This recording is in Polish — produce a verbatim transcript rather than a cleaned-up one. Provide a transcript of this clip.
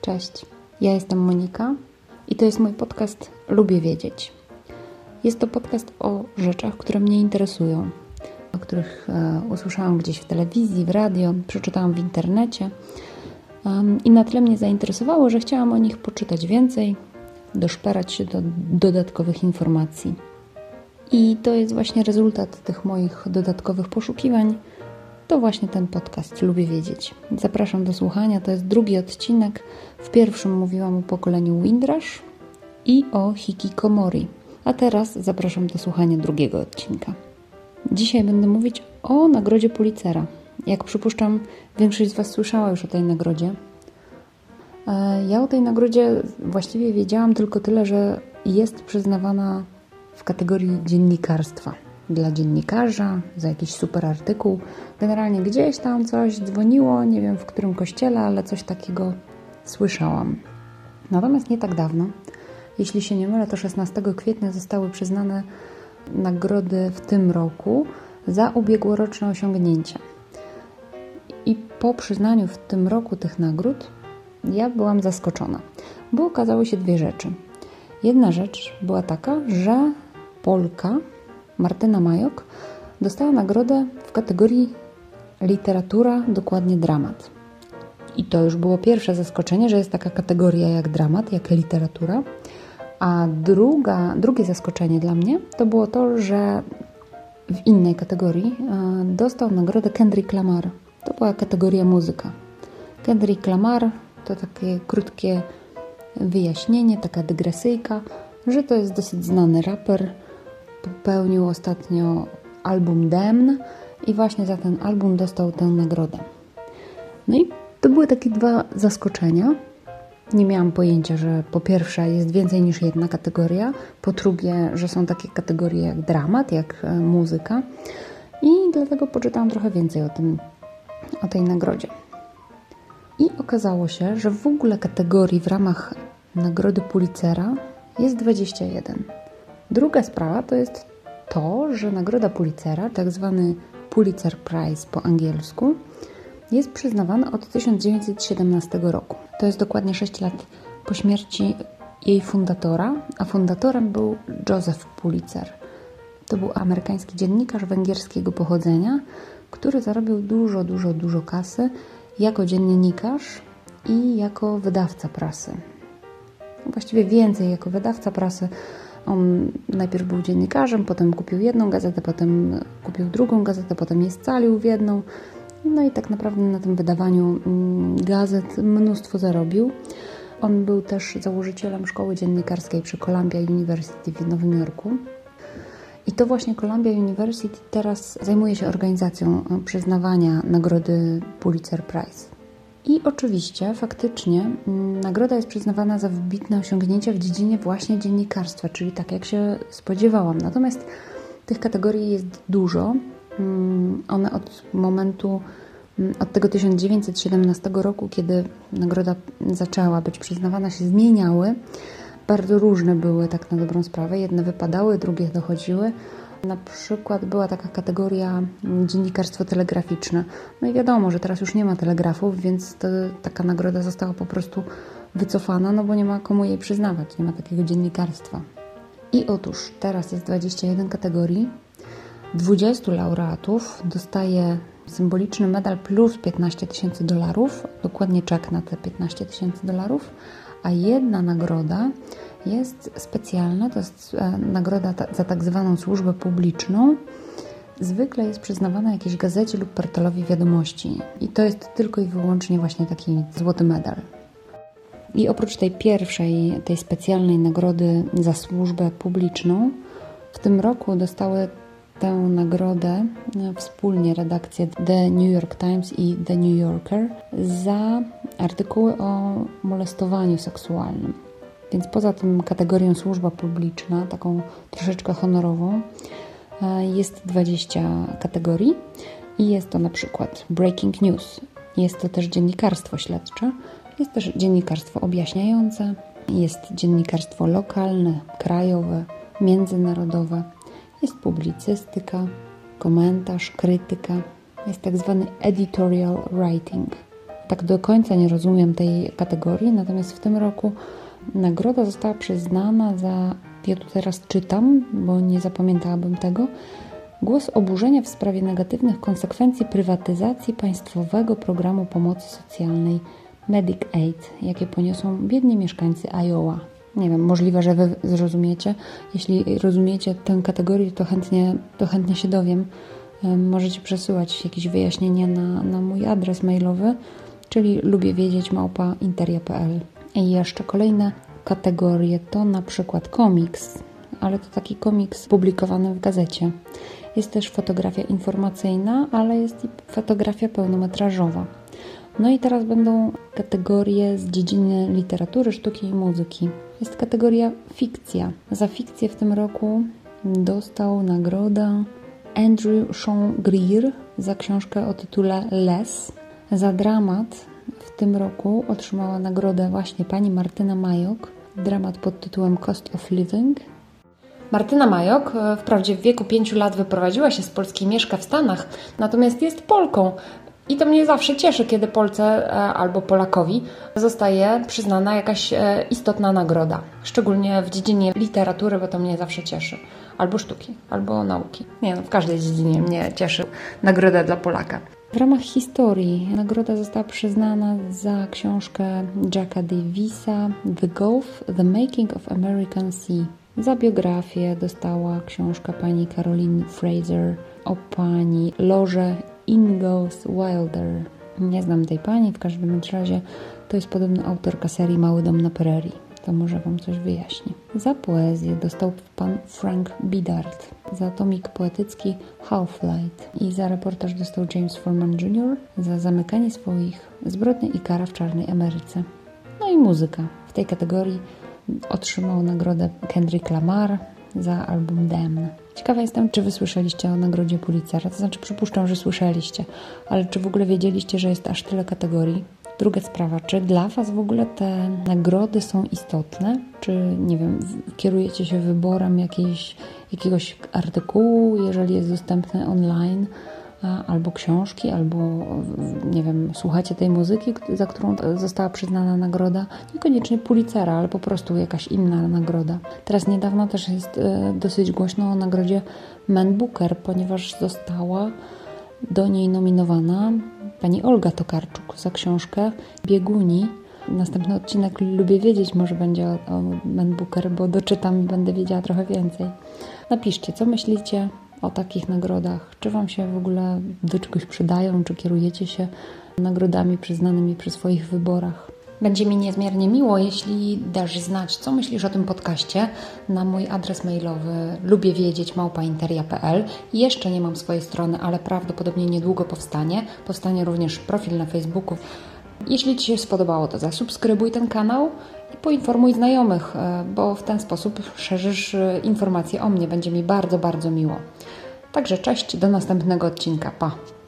Cześć, ja jestem Monika i to jest mój podcast Lubię Wiedzieć. Jest to podcast o rzeczach, które mnie interesują, o których e, usłyszałam gdzieś w telewizji, w radio, przeczytałam w internecie um, i na tyle mnie zainteresowało, że chciałam o nich poczytać więcej, doszperać się do dodatkowych informacji. I to jest właśnie rezultat tych moich dodatkowych poszukiwań. To właśnie ten podcast Lubię Wiedzieć. Zapraszam do słuchania. To jest drugi odcinek. W pierwszym mówiłam o pokoleniu Windrush i o hikikomori. A teraz zapraszam do słuchania drugiego odcinka. Dzisiaj będę mówić o nagrodzie Pulitzera. Jak przypuszczam, większość z Was słyszała już o tej nagrodzie. Ja o tej nagrodzie właściwie wiedziałam tylko tyle, że jest przyznawana w kategorii dziennikarstwa. Dla dziennikarza, za jakiś super artykuł. Generalnie gdzieś tam coś dzwoniło, nie wiem w którym kościele, ale coś takiego słyszałam. Natomiast nie tak dawno, jeśli się nie mylę, to szesnastego kwietnia zostały przyznane nagrody w tym roku za ubiegłoroczne osiągnięcia. I po przyznaniu w tym roku tych nagród ja byłam zaskoczona, bo okazały się dwie rzeczy. Jedna rzecz była taka, że Polka Martyna Majok dostała nagrodę w kategorii literatura, dokładnie dramat. I to już było pierwsze zaskoczenie, że jest taka kategoria jak dramat, jak literatura. A druga, drugie zaskoczenie dla mnie to było to, że w innej kategorii dostał nagrodę Kendrick Lamar. To była kategoria muzyka. Kendrick Lamar to takie krótkie wyjaśnienie, taka dygresyjka, że to jest dosyć znany raper. Popełnił ostatnio album Damn i właśnie za ten album dostał tę nagrodę. No i to były takie dwa zaskoczenia. Nie miałam pojęcia, że po pierwsze jest więcej niż jedna kategoria, po drugie, że są takie kategorie jak dramat, jak muzyka i dlatego poczytałam trochę więcej o tym, o tej nagrodzie. I okazało się, że w ogóle kategorii w ramach nagrody Pulitzera jest dwadzieścia jeden. Druga sprawa to jest to, że nagroda Pulitzera, tak zwany Pulitzer Prize po angielsku, jest przyznawana od tysiąc dziewięćset siedemnastego roku. To jest dokładnie sześć lat po śmierci jej fundatora, a fundatorem był Joseph Pulitzer. To był amerykański dziennikarz węgierskiego pochodzenia, który zarobił dużo, dużo, dużo kasy jako dziennikarz i jako wydawca prasy. Właściwie więcej jako wydawca prasy. On najpierw był dziennikarzem, potem kupił jedną gazetę, potem kupił drugą gazetę, potem je scalił w jedną. No i tak naprawdę na tym wydawaniu gazet mnóstwo zarobił. On był też założycielem szkoły dziennikarskiej przy Columbia University w Nowym Jorku. I to właśnie Columbia University teraz zajmuje się organizacją przyznawania nagrody Pulitzer Prize. I oczywiście, faktycznie, nagroda jest przyznawana za wybitne osiągnięcia w dziedzinie właśnie dziennikarstwa, czyli tak jak się spodziewałam. Natomiast tych kategorii jest dużo. One od momentu, od tego tysiąc dziewięćset siedemnastego roku, kiedy nagroda zaczęła być przyznawana, się zmieniały. Bardzo różne były tak na dobrą sprawę. Jedne wypadały, drugie dochodziły. Na przykład była taka kategoria dziennikarstwo telegraficzne. No i wiadomo, że teraz już nie ma telegrafów, więc to, taka nagroda została po prostu wycofana, no bo nie ma komu jej przyznawać, nie ma takiego dziennikarstwa. I otóż teraz jest dwadzieścia jeden kategorii, dwudziestu laureatów dostaje symboliczny medal plus piętnaście tysięcy dolarów, dokładnie czek na te piętnaście tysięcy dolarów, a jedna nagroda jest specjalna, to jest nagroda za tak zwaną służbę publiczną. Zwykle jest przyznawana jakiejś gazecie lub portalowi wiadomości i to jest tylko i wyłącznie właśnie taki złoty medal. I oprócz tej pierwszej, tej specjalnej nagrody za służbę publiczną, w tym roku dostały tę nagrodę wspólnie redakcje The New York Times i The New Yorker za artykuły o molestowaniu seksualnym. Więc poza tym kategorią służba publiczna, taką troszeczkę honorową, jest dwadzieścia kategorii i jest to na przykład breaking news, jest to też dziennikarstwo śledcze, jest też dziennikarstwo objaśniające, jest dziennikarstwo lokalne, krajowe, międzynarodowe, jest publicystyka, komentarz, krytyka, jest tak zwany editorial writing. tak do końca nie rozumiem tej kategorii, natomiast w tym roku nagroda została przyznana za, ja tu teraz czytam, bo nie zapamiętałabym tego, głos oburzenia w sprawie negatywnych konsekwencji prywatyzacji państwowego programu pomocy socjalnej Medicaid, jakie poniosą biedni mieszkańcy Iowa. Nie wiem, możliwe, że Wy zrozumiecie. Jeśli rozumiecie tę kategorię, to chętnie, to chętnie się dowiem. Możecie przesyłać jakieś wyjaśnienia na, na mój adres mailowy, czyli lubię wiedzieć małpa interia kropka p l. I jeszcze kolejne kategorie to na przykład komiks, ale to taki komiks publikowany w gazecie. Jest też fotografia informacyjna, ale jest i fotografia pełnometrażowa. No i teraz będą kategorie z dziedziny literatury, sztuki i muzyki. Jest kategoria fikcja. Za fikcję w tym roku dostał nagrodę Andrew Sean Greer za książkę o tytule Les. Za dramat w tym roku otrzymała nagrodę właśnie pani Martyna Majok. Dramat pod tytułem Cost of Living. Martyna Majok wprawdzie w wieku pięciu lat wyprowadziła się z Polski i mieszka w Stanach, natomiast jest Polką. I to mnie zawsze cieszy, kiedy Polce albo Polakowi zostaje przyznana jakaś istotna nagroda. Szczególnie w dziedzinie literatury, bo to mnie zawsze cieszy. Albo sztuki, albo nauki. Nie, no, w każdej dziedzinie mnie cieszy nagroda dla Polaka. W ramach historii nagroda została przyznana za książkę Jacka Davisa The Gulf, The Making of American Sea. Za biografię dostała książka pani Caroline Fraser o pani Lorze Ingalls Wilder. Nie znam tej pani, w każdym razie to jest podobno autorka serii Mały dom na prerii. To może Wam coś wyjaśni. Za poezję dostał pan Frank Bidart, za tomik poetycki Half-Light i za reportaż dostał James Forman junior za zamykanie swoich Zbrodnia i kara w czarnej Ameryce. No i muzyka. W tej kategorii otrzymał nagrodę Kendrick Lamar za album Damn. Ciekawa jestem, czy Wy słyszeliście o nagrodzie Pulitzera. To znaczy, przypuszczam, że słyszeliście, ale czy w ogóle wiedzieliście, że jest aż tyle kategorii? Druga sprawa, czy dla Was w ogóle te nagrody są istotne? Czy, nie wiem, kierujecie się wyborem jakiejś, jakiegoś artykułu, jeżeli jest dostępny online, albo książki, albo, nie wiem, słuchacie tej muzyki, za którą została przyznana nagroda? Niekoniecznie Pulitzera, ale po prostu jakaś inna nagroda. Teraz niedawno też jest dosyć głośno o nagrodzie Man Booker, ponieważ została do niej nominowana pani Olga Tokarczuk za książkę Bieguni. Następny odcinek Lubię wiedzieć może będzie o, o Man Booker, bo doczytam i będę wiedziała trochę więcej. Napiszcie, co myślicie o takich nagrodach. Czy Wam się w ogóle do czegoś przydają, czy kierujecie się nagrodami przyznanymi przy swoich wyborach. Będzie mi niezmiernie miło, jeśli dasz znać, co myślisz o tym podcaście na mój adres mailowy lubię wiedzieć małpa interia kropka p l. Jeszcze nie mam swojej strony, ale prawdopodobnie niedługo powstanie. Powstanie również profil na Facebooku. Jeśli Ci się spodobało, to zasubskrybuj ten kanał i poinformuj znajomych, bo w ten sposób szerzysz informacje o mnie. Będzie mi bardzo, bardzo miło. Także cześć, do następnego odcinka. Pa!